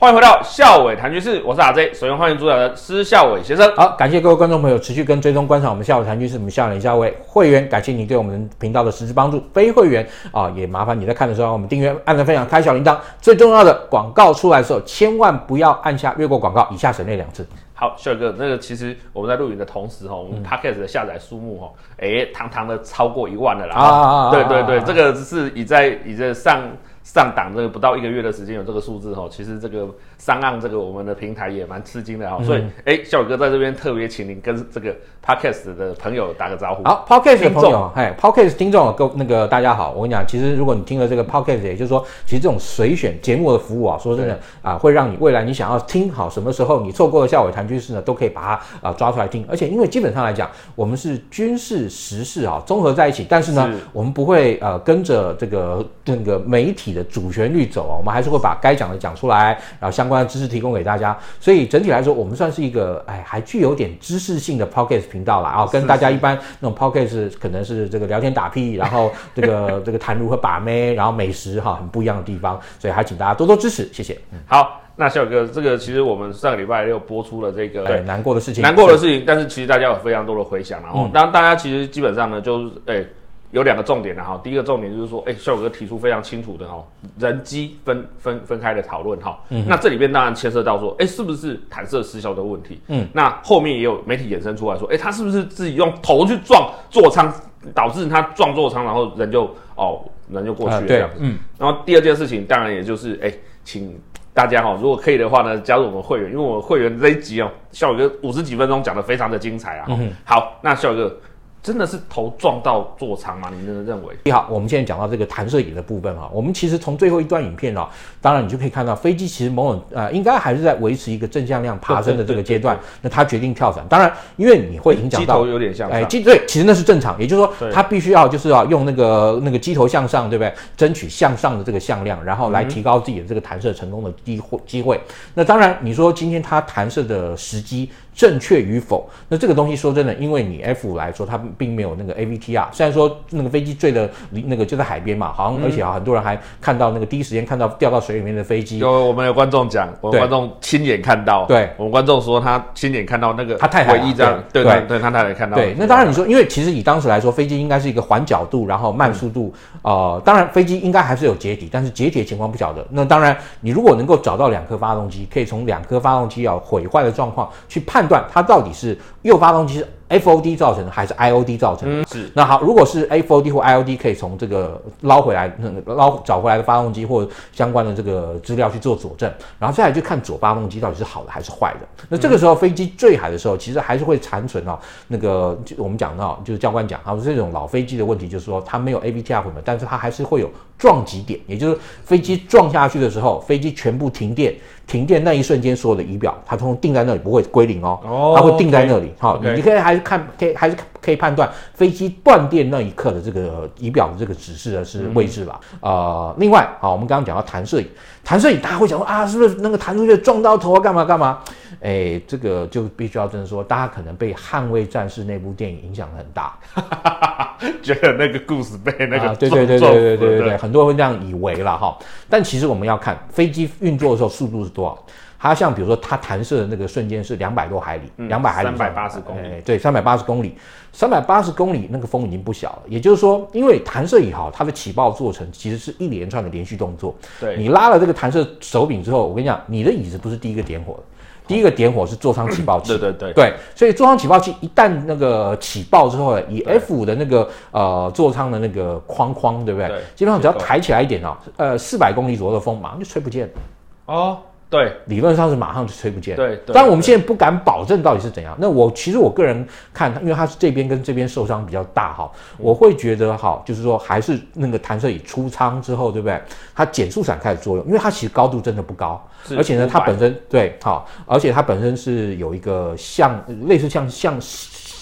欢迎回到孝伟谈军事，我是阿 J。首先欢迎主讲的施孝伟先生。 好，感谢各位观众朋友持续跟追踪观赏我们孝伟谈军事，我们孝伟孝伟会员，感谢你对我们频道的实质帮助。非会员也麻烦你在看的时候，我们订阅、按赞、分享、开小铃铛。最重要的，广告出来的时候，千万不要按下略过广告，以下省略2次。 好，孝伟哥，那个其实我们在录影的同时我们 Podcast 的下载数目堂堂的超过1万了啦。对，这个是以这上档这个不到1个月的时间有这个数字其实这个上岸这个我们的平台也蛮吃惊的所以孝伟哥在这边特别请您跟这个 Podcast 的朋友打个招呼。 好 ，Podcast 的朋友，Podcast 听众大家好，我跟你讲，其实如果你听了这个 Podcast， 也就是说，其实这种随选节目的服务说真的会让你未来你想要听好什么时候你错过了孝伟谈军事呢，都可以把它抓出来听。而且因为基本上来讲，我们是军事时事综合在一起，但是呢，我们不会跟着这个媒体的主旋律走我们还是会把该讲的讲出来，然后相关的知识提供给大家。所以整体来说，我们算是一个还具有点知识性的 Podcast 频道啦跟大家一般那种 Podcast 可能是这个聊天打屁，然后这个谈如何把妹，然后美食很不一样的地方，所以还请大家多多支持，谢谢。 好，那孝伟哥，这个其实我们上个礼拜6播出了这个对难过的事情， 但是其实大家有非常多的回响当然大家其实基本上呢就是有2个重点第一个重点就是说孝伟哥提出非常清楚的人机分开的讨论那这里边当然牵涉到说是不是弹射失效的问题那后面也有媒体衍生出来说他是不是自己用头去撞座舱，导致他撞座舱，然后人就过去了这样子然后第二件事情当然也就是请大家如果可以的话呢，加入我们会员，因为我们会员这一集孝伟哥50几分钟讲得非常的精彩好，那孝伟哥真的是头撞到座舱吗？你真的认为？ 好，我们现在讲到这个弹射椅的部分我们其实从最后一段影片当然你就可以看到飞机其实某种应该还是在维持一个正向量爬升的这个阶段，那它决定跳伞。当然，因为你会影响到机头有点向上， 对，其实那是正常，也就是说它必须要就是用那个机头向上，对不对？争取向上的这个向量，然后来提高自己的这个弹射成功的机会。那当然，你说今天它弹射的时机正确与否，那这个东西说真的，因为你 F5 来说，它并没有那个 AVTR， 虽然说那个飞机坠的那个就在海边嘛，好像而且很多人还看到那个第一时间看到掉到水里面的飞机。 我们有观众讲，我们观众亲眼看到， 对， 我们观众说他亲眼看到那个他太太唯一这样，对，他太太看到。 对，那当然你说，因为其实以当时来说，飞机应该是一个缓角度，然后慢速度，当然飞机应该还是有解体，但是解体的情况不晓得。那当然，你如果能够找到2颗发动机，可以从2颗发动机毁坏的状况去判断它到底是右发动机是FOD 造成的还是 IOD 造成的？ 是。 那好，如果是 FOD 或 IOD， 可以从这个找回来的发动机或相关的这个资料去做佐证，然后再来就看左发动机到底是好的还是坏的。那这个时候飞机坠海的时候，其实还是会残存那个我们讲到就是教官讲这种老飞机的问题，就是说它没有 AVTR 混合，但是它还是会有撞击点，也就是飞机撞下去的时候，飞机全部停电那一瞬间，所有的仪表它通通定在那里，不会归零它会定在那里。你可以还是可以判断飞机断电那一刻的这个仪表的这个指示的是位置吧。另外我们刚刚讲到弹射椅，大家会讲说是不是那个弹出去撞到头干嘛？这个就必须要真的说，大家可能被《捍卫战士》那部电影影响很大， 觉得那个故事被那个对，很多人会这样以为啦但其实我们要看飞机运作的时候速度是多少。它像比如说它弹射的那个瞬间是200多海里，200海里 380公里， 对，380公里，380公里那个风已经不小了。也就是说，因为弹射椅它的起爆做成其实是一连串的连续动作。 对， 你拉了这个弹射手柄之后，我跟你讲，你的椅子不是第一个点火的。第一个点火是座舱起爆器，对，所以座舱起爆器一旦那个起爆之后以 F5 的那个座舱的那个框，对不对？基本上只要抬起来一点400公里左右的风马上就吹不见了。对， 理论上是马上就吹不见。 对， 当然我们现在不敢保证到底是怎样。那其实我个人看，因为它是这边跟这边受伤比较大我会觉得就是说还是那个弹射椅出舱之后，对不对？它减速伞开始作用，因为它其实高度真的不高，而且呢，它本身而且它本身是有一个类似像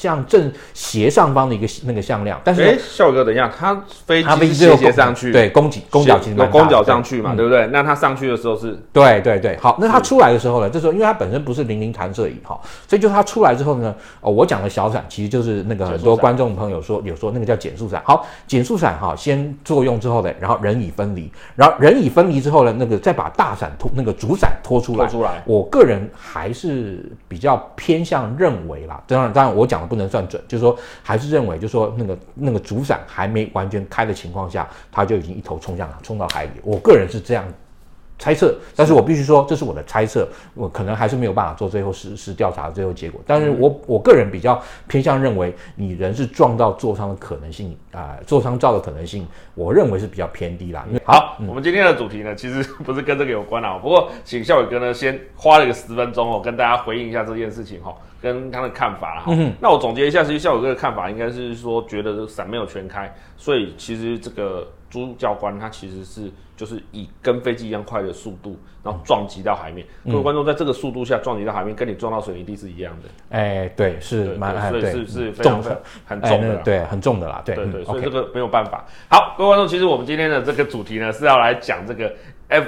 向正斜上方的一个那个向量，但是孝伟哥，等一下，它飞机是斜上去， 对，攻角其实有攻角上去嘛，对不对？那它上去的时候是， 对，好，那它出来的时候呢，这时候因为它本身不是00弹射仪哈，所以就它出来之后呢，我讲的小伞其实就是那个很多观众朋友有说那个叫减速伞，好，减速伞哈，先作用之后呢，然后人蚁分离，然后人蚁分离之后呢，那个再把大伞那个主伞拖出来，我个人还是比较偏向认为啦，当然我讲的不能算准，就是说还是认为，就是说那个主伞还没完全开的情况下，它就已经一头冲到海里。我个人是这样猜测，但是我必须说这是我的猜测，我可能还是没有办法做最后实时调查的最后结果。但是我个人比较偏向认为，你人是撞到座舱的可能性座舱罩的可能性，我认为是比较偏低啦。 好，我们今天的主题呢，其实不是跟这个有关啦，不过请孝伟哥呢先花了一个10分钟跟大家回应一下这件事情跟他的看法啦。那我总结一下，其实孝伟哥的看法应该是说，觉得伞没有全开，所以其实这个朱教官他其实是就是以跟飞机一样快的速度，然后撞击到海面。各位观众，在这个速度下撞击到海面，跟你撞到水泥地是一样的。对， 是所以是非常很重的， 对，很重的啦。对， 所以这个没有办法。好，各位观众，其实我们今天的这个主题呢是要来讲这个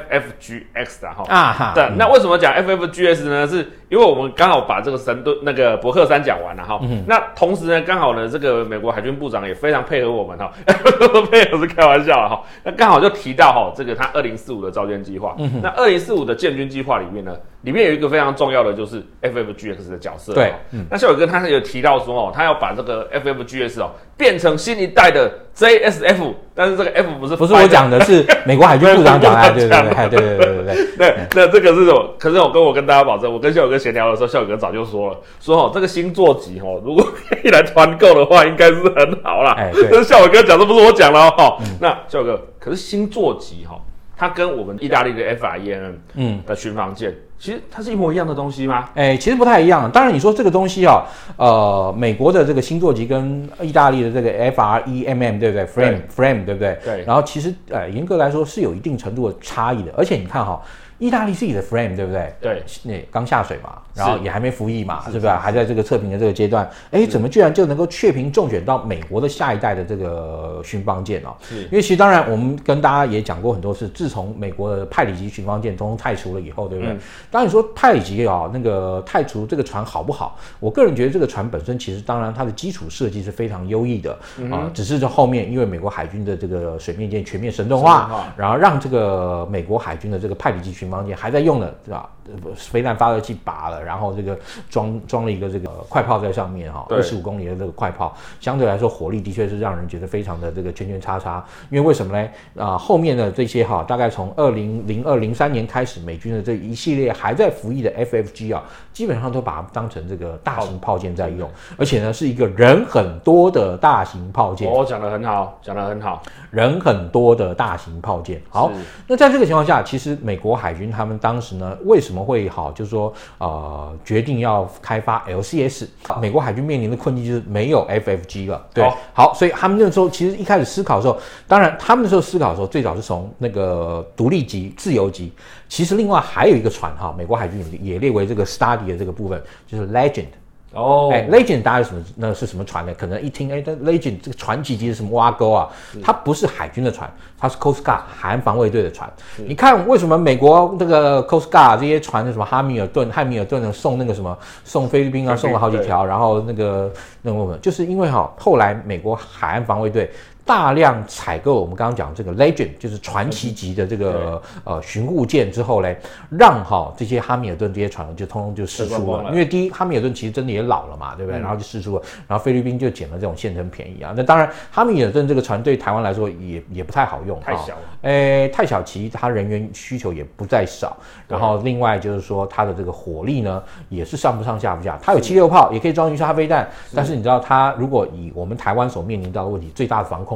FFGX 的对，那为什么讲 FFGX 呢？是因为我们刚好把这个那个伯克山讲完了那同时呢，刚好呢，这个美国海军部长也非常配合我们配合是开玩笑了那刚好就提到这个他2045的造舰计划。那2045的建军计划里面呢，里面有一个非常重要的就是 FFGX 的角色。 对， 那孝伟哥他有提到说他要把这个 FFGX 变成新一代的 JSF， 但是这个 F 不是我讲的，是美国海军部长讲的。对， 那这个是什么？可是我跟大家保证，我跟孝伟哥闲聊的时候，孝伟哥早就说了，说这个星座级如果可以来团购的话，应该是很好啦。这是孝伟哥讲，这不是我讲了那孝伟哥，可是星座级它跟我们意大利的 FREMM 的巡防舰，其实它是一模一样的东西吗？ 其实不太一样。当然你说这个东西美国的这个星座级跟意大利的这个 FREMM 对不对 ？Frame 对不对？ 对。 然后其实严格来说是有一定程度的差异的，而且你看意大利自己的 frame 对不对？ 对， 那刚下水嘛，然后也还没服役嘛，是不是？还在这个测评的这个阶段，怎么居然就能够确评中选到美国的下一代的这个巡防舰因为其实当然我们跟大家也讲过很多次，自从美国的派里级巡防舰通通汰除了以后，对不对？当然你说派里级那个汰除这个船好不好？我个人觉得这个船本身其实当然它的基础设计是非常优异的只是这后面因为美国海军的这个水面舰全面神动化，然后让这个美国海军的这个派里级巡防舰还在用的，对吧？飞弹发射器拔了，然后这个装了一个这个快炮在上面25公里的这个快炮，相对来说火力的确是让人觉得非常的这个圈圈叉叉。因为为什么呢？后面的这些大概从2002、03年开始，美军的这一系列还在服役的 FFG 基本上都把它当成这个大型炮舰在用，而且呢是一个人很多的大型炮舰。 讲得很好， 人很多的大型炮舰。好，那在这个情况下，其实美国海军他们当时呢，为什么会就是说决定要开发 LCS？ 美国海军面临的困境就是没有 FFG 了。对，好，所以他们那时候其实一开始思考的时候，当然他们那时候思考的时候，最早是从那个独立级、自由级。其实另外还有一个船美国海军也列为这个 study 的这个部分，就是 Legend。Legend 大家那是什么船呢？可能一听Legend 这个传奇级是什么挖沟它不是海军的船，它是 Coast Guard 海岸防卫队的船。你看为什么美国这个 Coast Guard 这些船的什么汉密尔顿送那个什么送菲律宾送了好几条，然后那个就是因为后来美国海岸防卫队大量采购我们刚刚讲这个 Legend 就是传奇级的这个巡护舰之后嘞，让这些哈密尔顿这些船就通通就释出了。因为第一哈密尔顿其实真的也老了嘛，对不对？然后就释出了，然后菲律宾就捡了这种现成便宜那当然哈密尔顿这个船对台湾来说也不太好用， 太小了。 太小，其实它人员需求也不在少，然后另外就是说它的这个火力呢也是上不上下不下，它有76炮也可以装鱼叉飞弹，但是你知道它如果以我们台湾所面临到的问题，最大的防空嘛，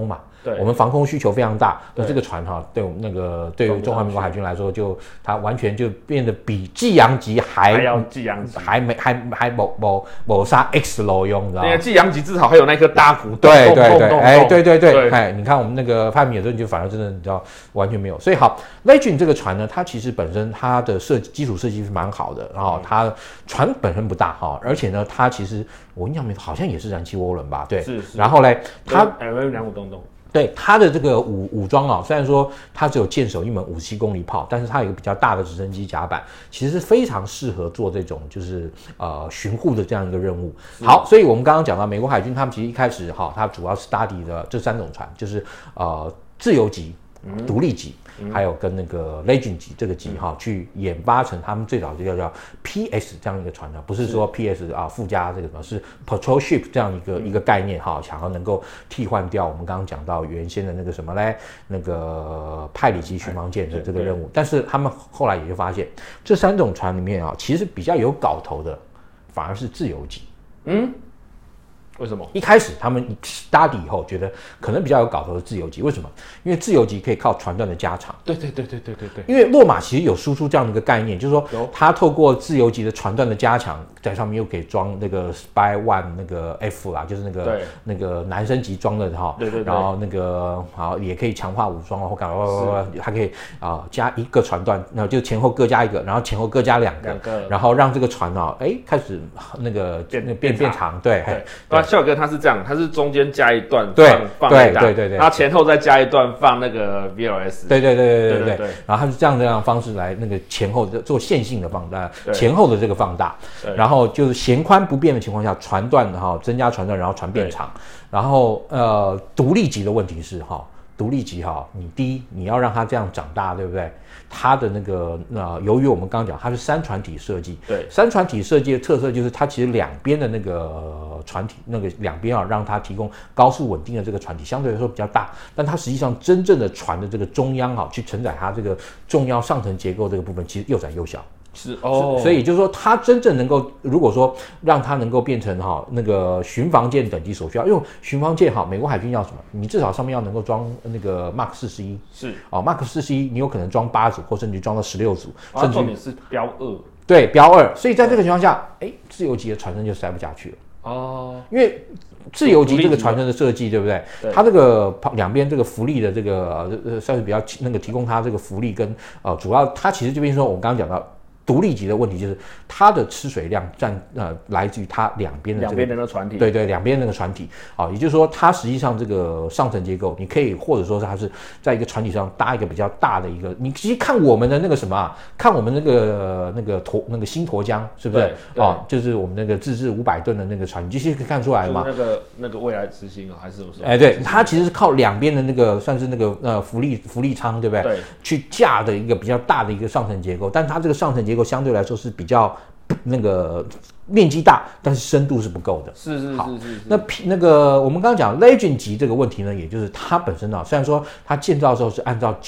我们防空需求非常大，那这个船对我们对于中华民国海军来说，就它完全就变得比济阳级还要济阳级， 还某杀 X 楼用，你知道吗？ 因为济阳级至少还有那颗大鼓， 对，你看我们那个派米尔顿就反而真的你知道完全没有，所以好 Legend 这个船呢，它其实本身它的基础设计是蛮好的，然后它船本身不大而且呢，它其实我印象没错，好像也是燃气涡轮吧，对， 是， 然后嘞，它 LM25东东。 对它的这个武装虽然说它只有舰手一门57公里炮，但是它有一个比较大的直升机甲板，其实是非常适合做这种就是巡护的这样一个任务。好，所以我们刚刚讲到美国海军，他们其实一开始它主要 study 的这3种船，就是自由级、独立级。还有跟那个 Legend 级这个级去研发成他们最早就叫 PS 这样一个船不是说 PS 附加这个是 Patrol Ship 这样一个概念想要能够替换掉我们刚刚讲到原先的那个什么嘞，那个派里级巡防舰的这个任务。但是他们后来也就发现，这3种船里面其实比较有搞头的反而是自由级。 为什么？ 一开始他们 study 以后觉得可能比较有搞头的自由级，为什么？因为自由级可以靠船段的加长。 对。 因为洛马其实有输出这样的一个概念，就是说它透过自由级的船段的加强，在上面又可以装那个 Spy One 那个 F 啦，就是那个男生级装的对。 然后那个也可以强化武装或干嘛，它可以加一个船段，然后就前后各加一个，然后前后各加2个，然后让这个船开始那个变长。对。 孝哥他是这样，他是中间加一段放对， 然后前后再加一段放那个 VLS。 对。然后他是这样的方式来那个前后做线性的放大，前后的这个放大，然后就是弦宽不变的情况下，船段增加船段，然后船变长。然后独立级的问题是独立级你第一你要让它这样长大，对不对？它的那个由于我们刚刚讲它是3船体设计， 对 ，3船体设计的特色就是它其实两边的那个船体那个两边让它提供高速稳定的这个船体相对来说比较大，但它实际上真正的船的这个中央去承载它这个重要上层结构这个部分其实又窄又小。所以就是说，它真正能够，如果说让它能够变成那个巡防舰等级所需要，因为巡防舰美国海军要什么？你至少上面要能够装那个 Mark 41， 是 Mark 41，你有可能装8组，或甚至装到16组，甚至重点是标2， 对，标2，所以在这个情况下，自由级的船身就塞不下去了。因为自由级这个船身的设计，对不对？它这个两边这个浮力的这个算是比较那个提供它这个浮力跟主要它其实就变成说我们刚刚讲到。独立级的问题就是它的吃水量来自于它两边的这个那个船体， 对，两边那个船体也就是说它实际上这个上层结构，你可以或者说它是在一个船体上搭一个比较大的一个，你其实看我们的那个什么看我们那个新沱江是不是就是我们那个自制500吨的那个船，你其实可以看出来嘛， 那个未来之星还是什么？ 对，它其实是靠两边的那个算是那个浮力舱，对不对？ 对， 去架的一个比较大的一个上层结构，但它这个上层结构相对来说是比较那个面积大，但是深度是不够的。 是。 那个我们刚刚讲 Legend 级这个问题呢，也就是它本身虽然说它建造的时候是按照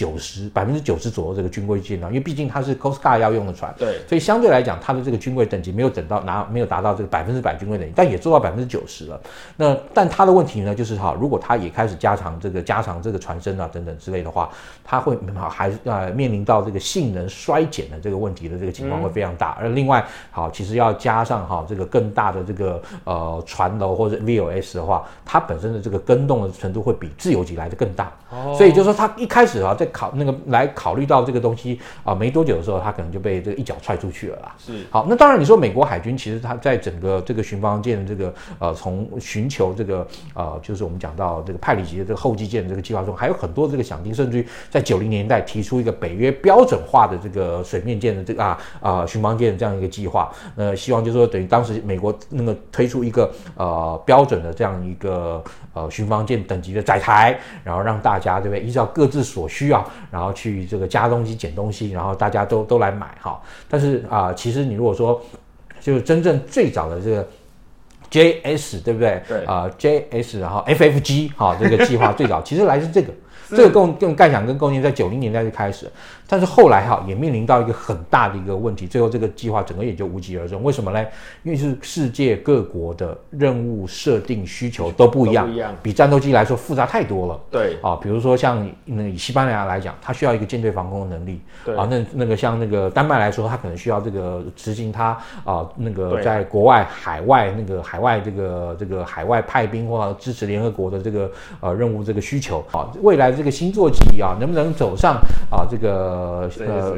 90%左右这个军规建造，因为毕竟它是 Coast Guard 要用的船， 对， 所以相对来讲它的这个军规等级没有达到这个100%军规等级，但也做到90%了。但它的问题呢，就是如果它也开始加长这个船身等等之类的话，它会还面临到这个性能衰减的这个问题的这个情况会非常大。而另外其实要加上这个更大的这个船楼或者 VLS 的话，它本身的这个更动的程度会比自由级来的更大。所以就是说它一开始在考虑到这个东西没多久的时候，它可能就被这个一脚踹出去了啦。 是。 好，那当然你说美国海军其实它在整个这个巡防舰的这个从寻求这个就是我们讲到这个派里级的这个后继舰的这个计划中，还有很多这个想定，甚至于在90年代提出一个北约标准化的这个水面舰的这个巡防舰的这样一个计划。希望就是说等于当时美国那个推出一个标准的这样一个巡防舰等级的载台，然后让大家对不对依照各自所需要，然后去这个加东西减东西，然后大家都来买但是其实你如果说就是真正最早的这个 JS 对不对？ 对 JS 然后 FFG 这个计划最早其实来自这个。 这个概想跟构建在90年代就开始，但是后来也面临到一个很大的一个问题，最后这个计划整个也就无疾而终。为什么呢？因为是世界各国的任务设定需求都不一样，比战斗机来说复杂太多了。 对比如说像以西班牙来讲，它需要一个舰队防空的能力。对那个像那个丹麦来说，它可能需要这个执行它那个在国外海外这个海外派兵或者支持联合国的这个任务这个需求未来这个星座级能不能走上这个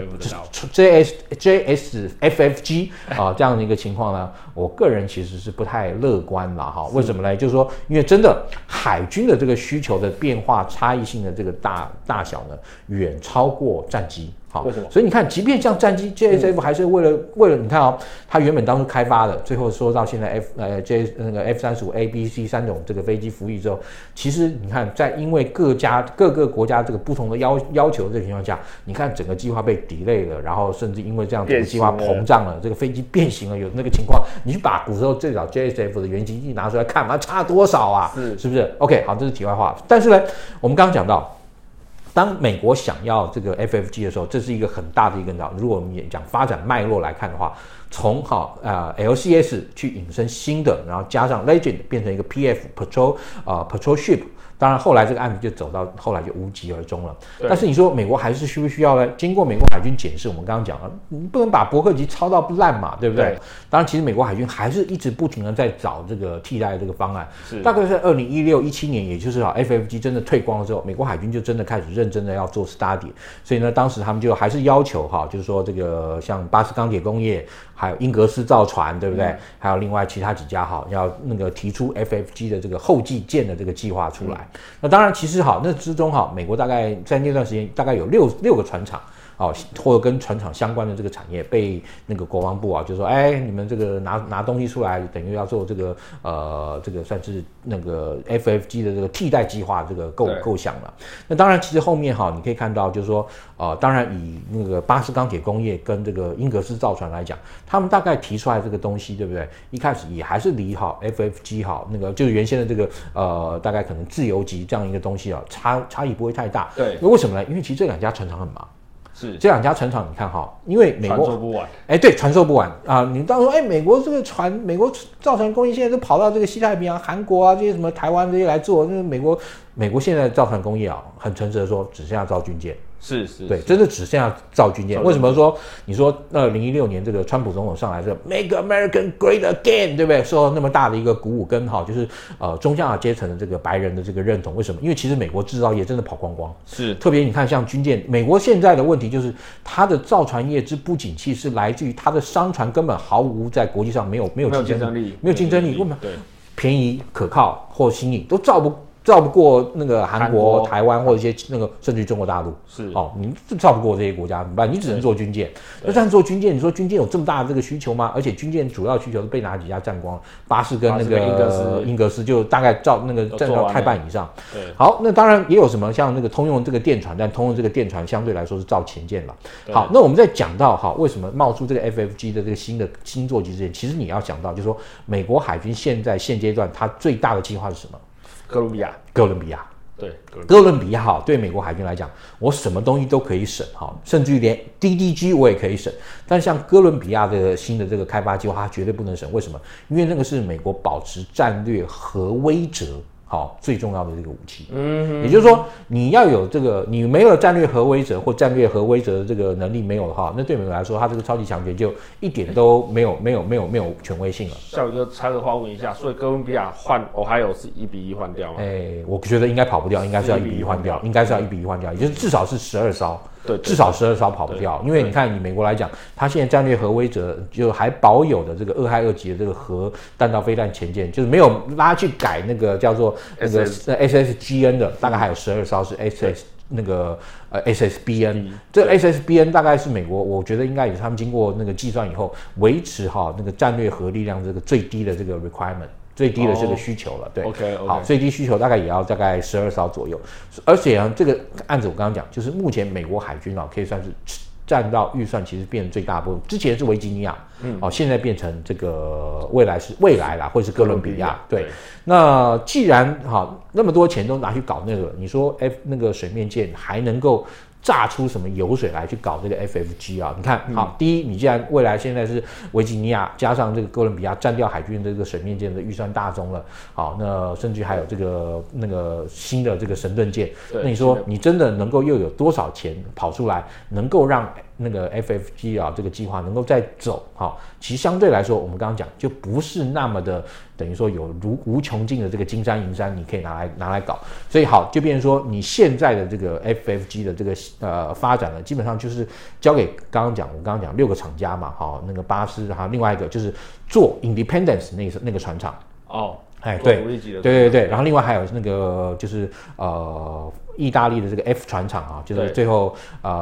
JSFFG 这样的一个情况呢？我个人其实是不太乐观了为什么呢？就是说，因为真的海军的这个需求的变化差异性的这个大小呢，远超过战机。好，为什么？所以你看，即便像战机 JSF 还是为了你看它原本当初开发的，最后说到现在F35A、B、C 3种这个飞机服役之后，其实你看，在因为各个国家这个不同的要求的这个情况下，你看整个计划被 delay 了，然后甚至因为这样整个计划膨胀了，这个飞机变形了，有那个情况，你去把古时候最早 JSF 的原型机拿出来看，它差多少啊？是不是 ？OK， 好，这是题外话。但是呢，我们刚刚讲到。当美国想要这个 FFG 的时候，这是一个很大的一个如果我们也讲发展脉络来看的话，从LCS 去引申新的，然后加上 Legend 变成一个 PF Patrol Ship。当然，后来这个案子就走到后来就无疾而终了。但是你说美国还是需不需要呢？经过美国海军检视，我们刚刚讲了，你不能把伯克级抄到烂嘛，对不对？当然，其实美国海军还是一直不停的在找这个替代的这个方案。大概是2016、17年，也就是FFG 真的退光了之后，美国海军就真的开始认真的要做 study。所以呢，当时他们就还是要求就是说这个像巴斯钢铁工业，还有英格斯造船，对不对？还有另外其他几家要那个提出 FFG 的这个后继舰的这个计划出来。那当然，其实那之中美国大概在那段时间大概有六个船厂或者跟船厂相关的这个产业被那个国防部就说，你们这个拿东西出来，等于要做这个这个算是那个 FFG 的这个替代计划这个构想了。那当然，其实后面你可以看到，就是说当然以那个巴斯钢铁工业跟这个英格斯造船来讲，他们大概提出来这个东西，对不对？一开始也还是离FFG 那个就是原先的这个大概可能自由级这样一个东西差异不会太大。对，为什么呢？因为其实这两家船厂很忙。这两家船厂你看因为美国传授不完， 对，传授不完你当说美国这个美国造船工业现在都跑到这个西太平洋、韩国这些什么台湾这些来做，那美国现在的造船工业很诚实的说，只剩下造军舰。 是， 对，真的只剩下造军舰。为什么说你说2016年这个川普总统上来这 Make American Great Again， 对不对？受到那么大的一个鼓舞跟就是中下阶层的这个白人的这个认同。为什么？因为其实美国制造业真的跑光光。是，特别你看像军舰，美国现在的问题就是它的造船业之不景气是来自于它的商船根本毫无在国际上没有竞争力，没有竞争力。为什么？便宜可靠或新颖都照不过那个韩国、台湾或者一些那个甚至于中国大陆你照不过这些国家怎么办？你只能做军舰。那这样做军舰，你说军舰有这么大的这个需求吗？而且军舰主要需求被哪几家占光了？巴士跟那个英格斯就大概占到太半以上。好，那当然也有什么像那个通用这个电船，但通用这个电船相对来说是造前舰了。好，那我们再讲到为什么冒出这个 FFG 的这个新座机之前，其实你要想到就是说，美国海军现阶段它最大的计划是什么？哥伦比亚，对，哥伦比亚对美国海军来讲，我什么东西都可以省甚至于连 DDG 我也可以省。但像哥伦比亚的新的这个开发计划，它绝对不能省。为什么？因为那个是美国保持战略核威慑最重要的这个武器。也就是说，你要有这个，你没有战略核威慑或战略核威慑的这个能力没有的话，那对美国来说，它这个超级强权就一点都没有权威性了。 小宇哥插个话问一下，所以哥伦比亚换Ohio是1-1换掉吗？ 我觉得应该跑不掉，应该是要1-1换掉，也就是至少是12艘。对，至少12艘跑不掉，因为你看以美国来讲，它现在战略核威慑就还保有的这个2害2级的这个核弹道飞弹前舰，就是没有拉去改那个叫做那个 SSGN 的，大概还有12艘是 SSBN。这 SSBN 大概是美国，我觉得应该也是他们经过那个计算以后维持那个战略核力量这个最低的这个 requirement。最低的这个需求了，对 ，OK， 好，最低需求大概也要大概12艘左右，而且这个案子我刚刚讲，就是目前美国海军可以算是占到预算其实变成最大部分。之前是维吉尼亚，现在变成这个未来啦，或者是哥伦比亚。对，那既然那么多钱都拿去搞那个，你说那个水面舰还能够榨出什么油水来去搞这个 FFG 啊？你看，好，第一，你既然未来现在是维吉尼亚加上这个哥伦比亚占掉海军的这个水面舰的预算大宗了，好，那甚至还有这个那个新的这个神盾舰，那你说你真的能够又有多少钱跑出来，能够让那个 FFG 啊这个计划能够再走？好，其实相对来说，我们刚刚讲就不是那么的等于说有无穷尽的这个金山银山，你可以拿来搞。所以好，就变成说你现在的这个 FFG 的这个发展呢，基本上就是交给我刚刚讲6个厂家嘛，好，那个巴斯，还有另外一个就是做 Independence 那个船厂。 哦， 对，然后另外还有那个就是意大利的这个 F 船厂啊，就是最后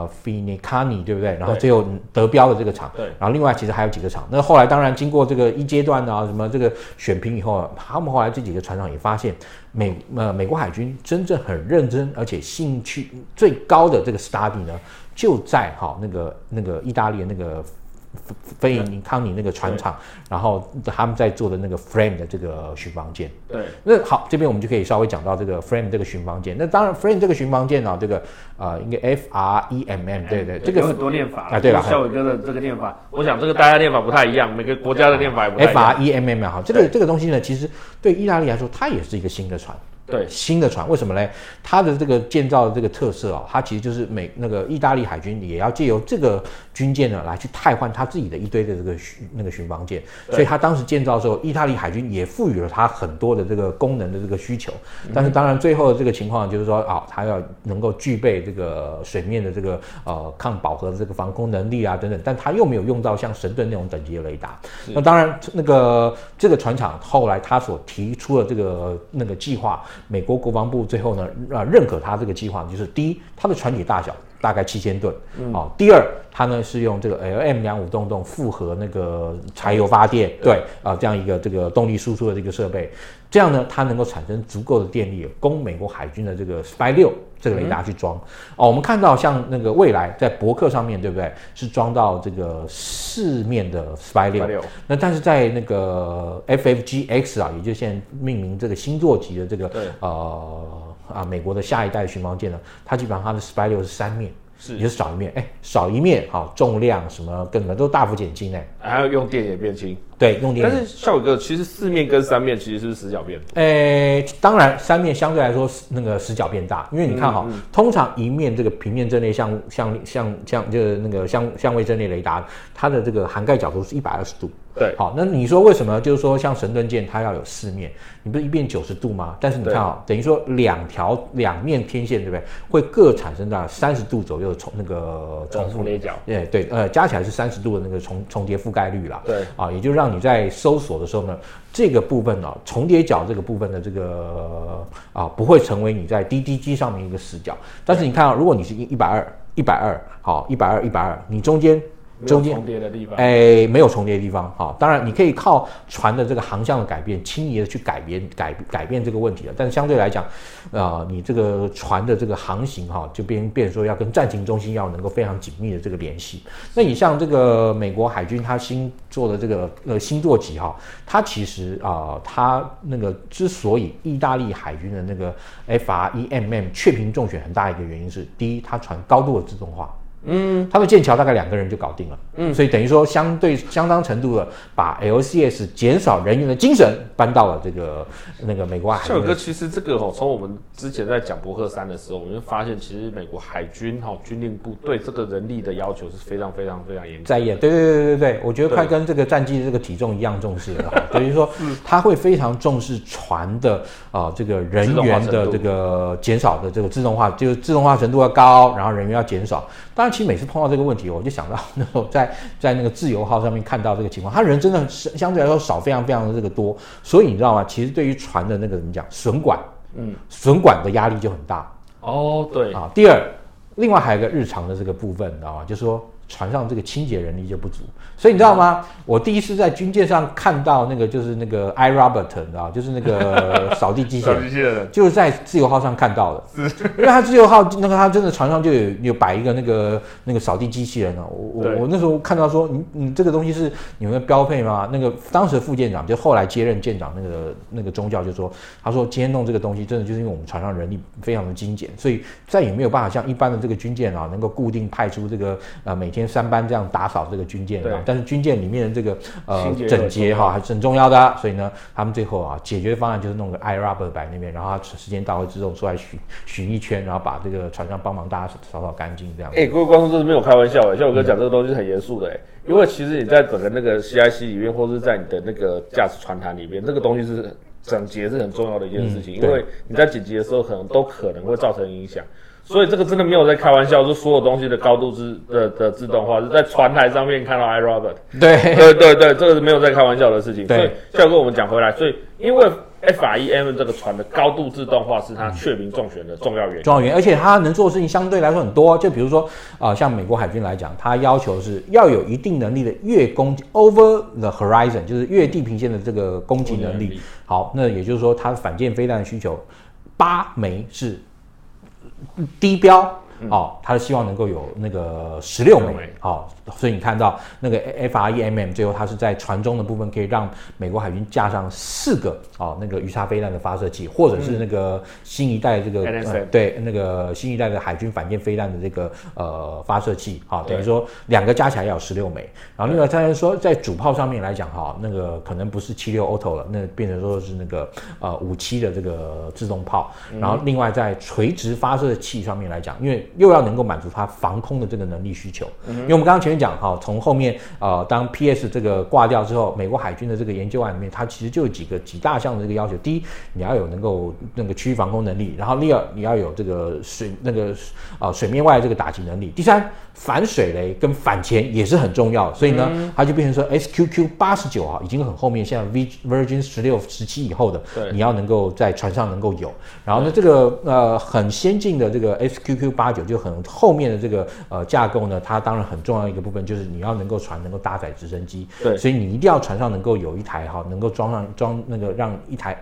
Finicani 对不对？然后最后得标的这个厂，对，然后另外其实还有几个厂。那后来当然经过这个一阶段啊，什么这个选评以后，他们后来这几个船厂也发现美国海军真正很认真而且兴趣最高的这个 study 呢，就在那个意大利的那个菲尼康尼那个船厂，然后他们在做的那个 Frame 的这个巡防舰。 对， 那好，这边我们就可以稍微讲到这个 Frame 这个巡防舰。那当然 Frame 这个巡防舰呢，这个应该 FREMM， 对，这个有很多念法啊。对了， 孝伟哥的这个念法，我想这个大家念法不太一样，每个国家的念法也不太一样。 FREMM 好，这个东西呢，其实对意大利来说，它也是一个新的船。 对， 新的船为什么呢？它的这个建造的这个特色啊，它其实就是那个意大利海军也要借由这个军舰呢来去汰换它自己的一堆的这个那个巡防舰，所以它当时建造的时候，意大利海军也赋予了它很多的这个功能的这个需求。但是当然最后的这个情况就是说它要能够具备这个水面的这个抗饱和的这个防空能力啊等等，但它又没有用到像神盾那种等级的雷达。那当然这个船厂后来他所提出的这个那个计划。美国国防部最后呢，认可他这个计划，就是第一，它的船体大小大概7000吨，第二，它呢是用这个 LM25洞复合那个柴油发电，对这样一个这个动力输出的这个设备，这样呢，它能够产生足够的电力，供美国海军的这个 Spy-6这个雷达去装。我们看到像那个未来在伯克上面对不对，是装到这个4面的 Spy-6，那但是在那个 FFG-X 也就是现在命名这个星座级的这个美国的下一代巡防舰呢，它基本上它的 Spy-6是3面。也就是少一面，少一面，重量什么根本都大幅减轻还要用电也变轻。 对，用电。 但是孝伟哥，其实4面跟3面其实是死角变。 当然3面相对来说那个死角变大，因为你看通常一面这个平面阵列像就是那个相位阵列雷达，它的这个涵盖角度是120度。 对， 好，那你说为什么就是说像神盾舰它要有4面？你不是一面90度吗？但是你看等于说两面天线对不对？会各产生到30度左右的重叠角。 对，加起来是30度的那个重叠覆盖率啦。 对， 也就让你在搜索的时候呢，这个部分重叠角这个部分的这个不会成为你在 DDG 上面一个死角。但是你看如果你是120，好，120，你中间重叠的地方， 没有重叠的地方。好，当然你可以靠船的这个航向的改变，轻易的去改变这个问题了。但是相对来讲，你这个船的这个航行就变成说要跟战情中心要能够非常紧密的这个联系。那你像这个美国海军它新做的这个星座级它其实它那个之所以意大利海军的那个 FREMM 确评中选很大一个原因是，第一，它船高度的自动化。他们剑桥大概2个人就搞定了，所以等于说相当程度的把 LCS 减少人员的精神搬到了这个那个美国海军。 孝哥，其实这个从我们之前在讲伯克3的时候，我们就发现其实美国海军军令部对这个人力的要求是非常非常非常严谨在意。对，我觉得快跟这个战机的这个体重一样重视了。等于说他会非常重视船的这个人员的这个减少的这个自动化，就是自动化程度要高，然后人员要减少。当然，其实每次碰到这个问题，我就想到那时候在那个自由号上面看到这个情况，他人真的相对来说少非常非常的这个多，所以你知道吗？其实对于船的那个怎么讲损管的压力就很大。 对第二，另外还有一个日常的这个部分，就是说船上这个清洁人力就不足。所以你知道吗？我第一次在军舰上看到那个就是那个 iRobot， 你知道，就是那个扫地机器人，就是在自由号上看到的。因为它自由号那个它真的船上就有摆一个那个扫地机器人哦。我那时候看到说，你这个东西是你们的标配吗？那个当时的副舰长就后来接任舰长那个中校就说，他说今天弄这个东西真的就是因为我们船上人力非常的精简，所以再也没有办法像一般的这个军舰啊，能够固定派出这个每天3班这样打扫这个军舰。但是军舰里面的这个整洁哈还是很重要的啊，所以呢，他们最后啊解决方案就是弄个 iRobot 摆那边，然后它时间到会自动出来巡一圈，然后把这个船上帮忙大家扫干净这样。 各位观众，这是没有开玩笑像我哥讲这个东西是很严肃的因为其实你在整个那个 CIC 里面，或是在你的那个驾驶船台里面，这个东西是整洁是很重要的一件事情，因为你在紧急的时候可能会造成影响。所以这个真的没有在开玩笑，就所有东西的高度的自动化是在船台上面看到 iRobot。对，这个是没有在开玩笑的事情。所以孝哥我们讲回来，所以因为 FREM 这个船的高度自动化是它确民中选的重要原因， 而且它能做的事情相对来说很多。就比如说像美国海军来讲，它要求是要有一定能力的越攻 over the horizon， 就是越地平线的这个攻击能力。好，那也就是说它反舰飞弹的需求8枚是低标。他是希望能够有那个16枚，所以你看到那个 FREMM 最后它是在船中的部分可以让美国海军架上4个那个鱼叉飞弹的发射器，或者是那个新一代这个那个新一代的海军反舰飞弹的这个发射器，等于说2个加起来要有16枚。然后另外再说在主炮上面来讲那个可能不是76 Auto 了，那变成说是那个57的这个自动炮。然后另外在垂直发射器上面来讲，因为又要能够满足它防空的这个能力需求，因为我们刚刚前面讲从后面当 PS 这个挂掉之后，美国海军的这个研究案里面，它其实就有几大项的这个要求。第一，你要有能够那个区域防空能力，然后第二，你要有这个水面外的这个打击能力。第三，反水雷跟反潜也是很重要的，所以呢，它就变成说 SQQ 89已经很后面，现在 Virgin 16、17以后的，你要能够在船上能够有。然后呢，这个很先进的这个 SQQ 89就很后面的这个架构呢，它当然很重要的一个部分就是你要能够搭载直升机，所以你一定要船上能够有一台能够装那个让一台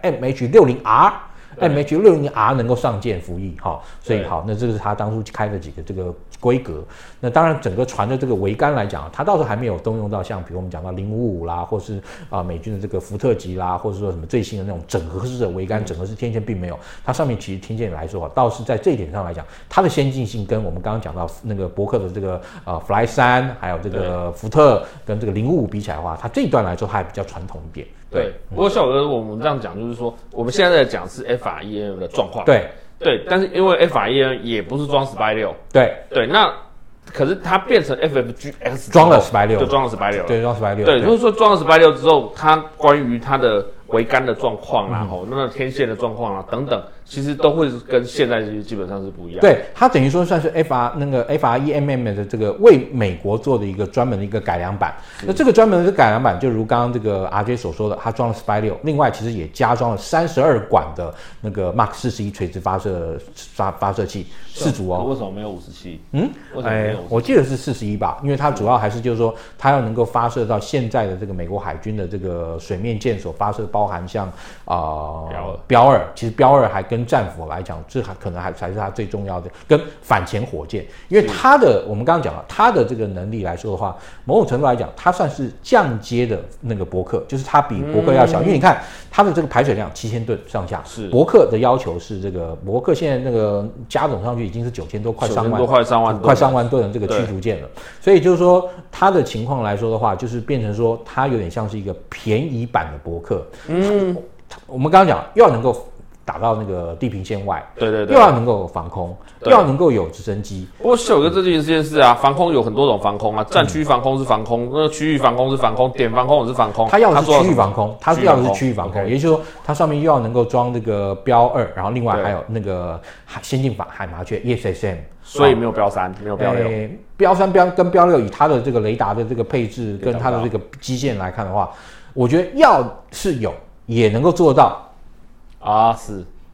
MH60R 能够上舰服役所以那这个是他当初开的几个这个规格。那当然整个船的这个桅杆来讲，它倒是还没有动用到像比如我们讲到055啦，或是美军的这个福特级啦，或者说什么最新的那种整合式的桅杆，整合式天线并没有。它上面其实天线来说倒是在这一点上来讲，它的先进性跟我们刚刚讲到那个伯克的这个Fly 3还有这个福特跟这个055比起来的话，它这一段来说它还比较传统一点。 不过孝哥我们这样讲就是说，我们现在在讲是 FREM 的状况。对，但是因为 FREM 也不是装186，那可是它变成 FFGX 装了186， 就装了186了。 对，装186。 对，就是说装了186之后，它关于它的桅杆的状况啦，那个天线的状况啦等等，其实都会跟现在基本上是不一样的。 对，它等于说算是 FREMM 的这个为美国做的一个专门的一个改良版。那这个专门的改良版，就如刚刚这个 RJ 所说的，它装了186，另外其实也加装了32管的那个 Mach 41垂直发射器，4组为什么没有57？ 我记得是41吧，因为它主要还是就是说，它要能够发射到现在的这个美国海军的这个水面舰所发射，包含像标2，其实标2还跟战斧来讲，这可能才是它最重要的，跟反潜火箭，因为它的我们刚刚讲了，它的这个能力来说的话，某种程度来讲，它算是降阶的那个伯克，就是它比伯克要小，因为你看它的这个排水量7000吨上下，伯克的要求是这个伯克现在那个加总上去已经是9000多，快3万吨的这个驱逐舰了，所以就是说它的情况来说的话，就是变成说它有点像是一个便宜版的伯克。我们刚刚讲又要能够打到那个地平线外，又要能够防空，又要能够有直升机。 不过有个这件事啊，防空有很多种防空啊，战区防空是防空，那区域防空是防空，点防空也是防空。 它要的是区域防空，它是要的是区域防空，也就是说它上面又要能够装这个标2，然后另外还有那个先进海麻雀 ESSM。 所以没有标3，没有标6。 标3跟标6以它的这个雷达的这个配置跟它的这个基线来看的话，我觉得要是有也能够做到啊，是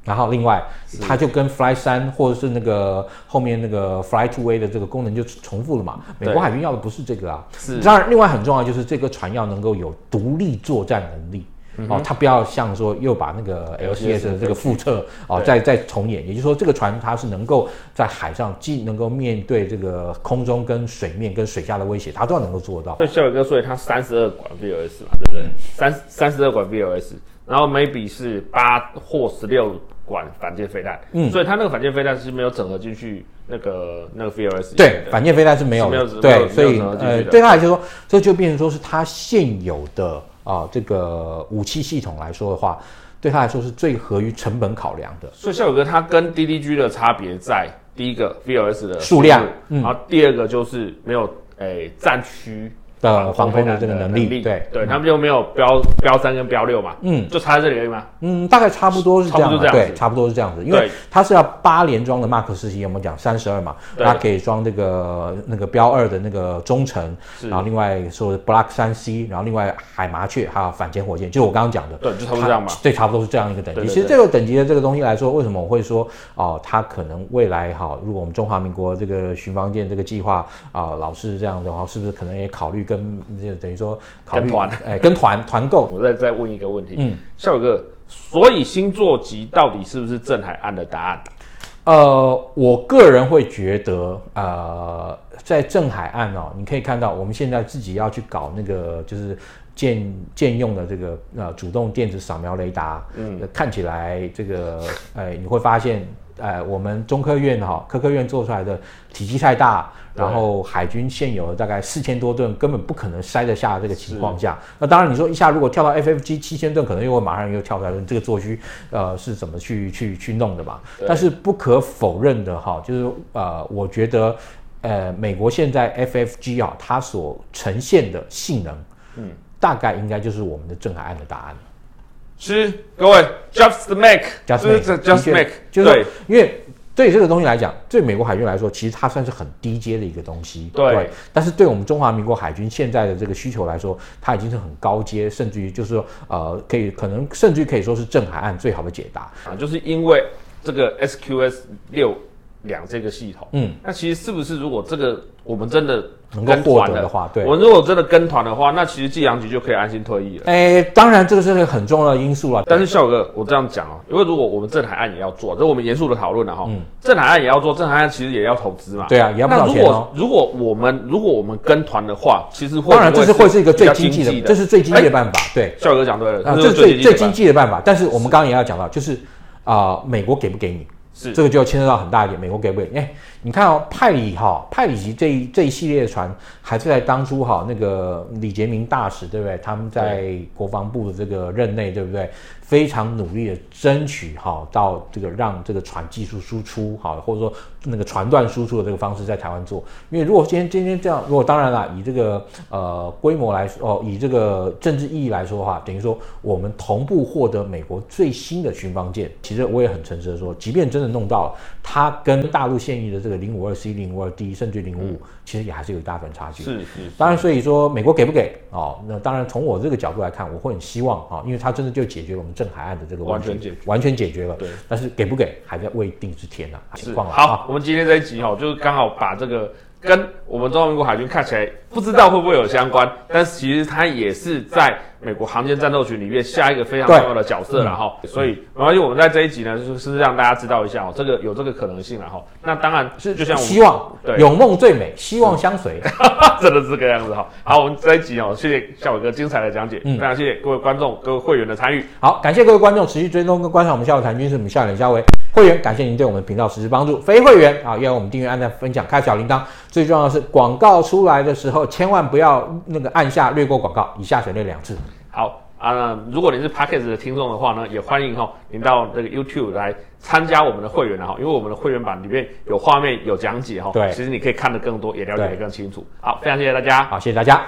然后另外它就跟 Fly 3或者是那个后面那个 Fly 2A 的这个功能就重复了嘛。美国海军要的不是这个啊。是。当然，另外很重要就是这个船要能够有独立作战能力。它不要像说又把那个 LCS 的这个复测再重演，也就是说这个船它是能够在海上既能够面对这个空中跟水面跟水下的威胁，它都要能够做到。 所以孝伟哥，所以它32管 VLS 嘛，对不对？32管 VLS， 然后 maybe 是8或16管反舰飞弹，所以它那个反舰飞弹是没有整合进去那个 VLS。对， 反舰飞弹是没有的。对，所以对他来说，这就变成说是它现有的。这个武器系统来说的话，对他来说是最合于成本考量的。 所以孝伟哥，它跟 DDG 的差别在第一个 VLS 的数量， 然后第二个就是没有战区的防空的这个能力，对， 他们就没有标3跟标6嘛，就差在这里而已吗？ 大概差不多是这样，对，差不多是这样子，因为它是要8连装的 Mark 17，我们讲32嘛，它可以装那个标2的那个中程，然后另外说 Block 3C， 然后另外海麻雀还有反潜火箭，就是我刚刚讲的， 对，就差不多这样嘛， 对，差不多是这样一个等级。其实这个等级的这个东西来说，为什么我会说它可能未来如果我们中华民国这个巡防舰这个计划老是这样的话，是不是可能也考虑跟等于说考虑跟团购？ 我再问一个问题，孝伟哥，所以星座级到底是不是镇海岸的答案？ 我个人会觉得，在镇海岸你可以看到我们现在自己要去搞那个就是舰用的这个主动电子扫描雷达，看起来这个你会发现。我们中科院科科院做出来的体积太大，然后海军现有的大概4000多吨根本不可能塞得下这个情况下，那当然你说一下如果跳到 FFG 7000吨，可能又会马上又跳出来这个作需是怎么去弄的嘛？但是不可否认的就是我觉得美国现在 FFG 它所呈现的性能，大概应该就是我们的镇海岸的答案。 是各位 just make， 就是因为对这个东西来讲，对美国海军来说，其实它算是很低阶的一个东西。对，但是对我们中华民国海军现在的这个需求来说，它已经是很高阶，甚至于就是说可能甚至于可以说是镇海岸最好的解答就是因为这个 SQS-62这个系统，那其实是不是如果这个我们真的能够获得的话，对， 我们如果真的跟团的话，那其实济阳级就可以安心退役了。 当然这个是个很重要的因素了。 但是孝哥，我这样讲因为如果我们镇海岸也要做，这我们严肃的讨论了镇海岸也要做，镇海岸其实也要投资嘛。 对啊，也要不少钱如果我们跟团的话，其实当然这是会是一个最经济的，这是最经济的办法。对， 孝哥讲对了， 这是最经济的办法。但是我们刚刚也要讲到，就是美国给不给你？这个就牵涉到很大一点，美国给不给？你看派里级这一系列的船，还是在当初那个李杰明大使，对不对？他们在国防部的这个任内，对不对？非常努力的争取到这个让这个船技术输出或者说那个船段输出的这个方式在台湾做。因为如果今天这样，如果当然啦，以这个规模来说，以这个政治意义来说的话，等于说我们同步获得美国最新的巡防舰。其实我也很诚实的说，即便真的弄到了，它跟大陆现役的这个052C、052D 甚至055，其实也还是有一大段差距。是。当然，所以说美国给不给那当然从我这个角度来看，我会很希望因为它真的就解决了我们镇海岸的这个问题，完全解决了。对。但是给不给还在未定之天情况。 好，我们今天这一集就是刚好把这个跟我们中华民国海军看起来不知道会不会有相关，但是其实它也是在美国航舰战斗群里面下一个非常重要的角色了所以没关系，我们在这一集呢就是让大家知道一下这个有这个可能性了那当然是就像我们希望有梦最美，希望相随， 真的是这个样子好，我们这一集谢谢孝伟哥精彩的讲解，非常谢谢各位观众、各位会员的参与。 好，感谢各位观众持续追踪跟观赏我们下午谈军事，我们下脸下维会员，感谢您对我们频道实质帮助。非会员也要我们订阅、按赞、分享、开小铃铛。最重要的是广告出来的时候，千万不要按下略过广告，以下省略2次。 好如果你是 Podcast 的听众的话呢，也欢迎您到这个 YouTube 来参加我们的会员因为我们的会员版里面有画面、有讲解对，其实你可以看得更多，也了解得更清楚。好，非常谢谢大家。 好，谢谢大家。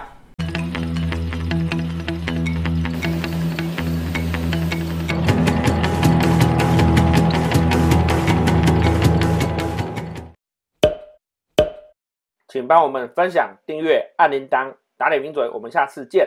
请帮我们分享、订阅、按铃铛、打脸名嘴，我们下次见。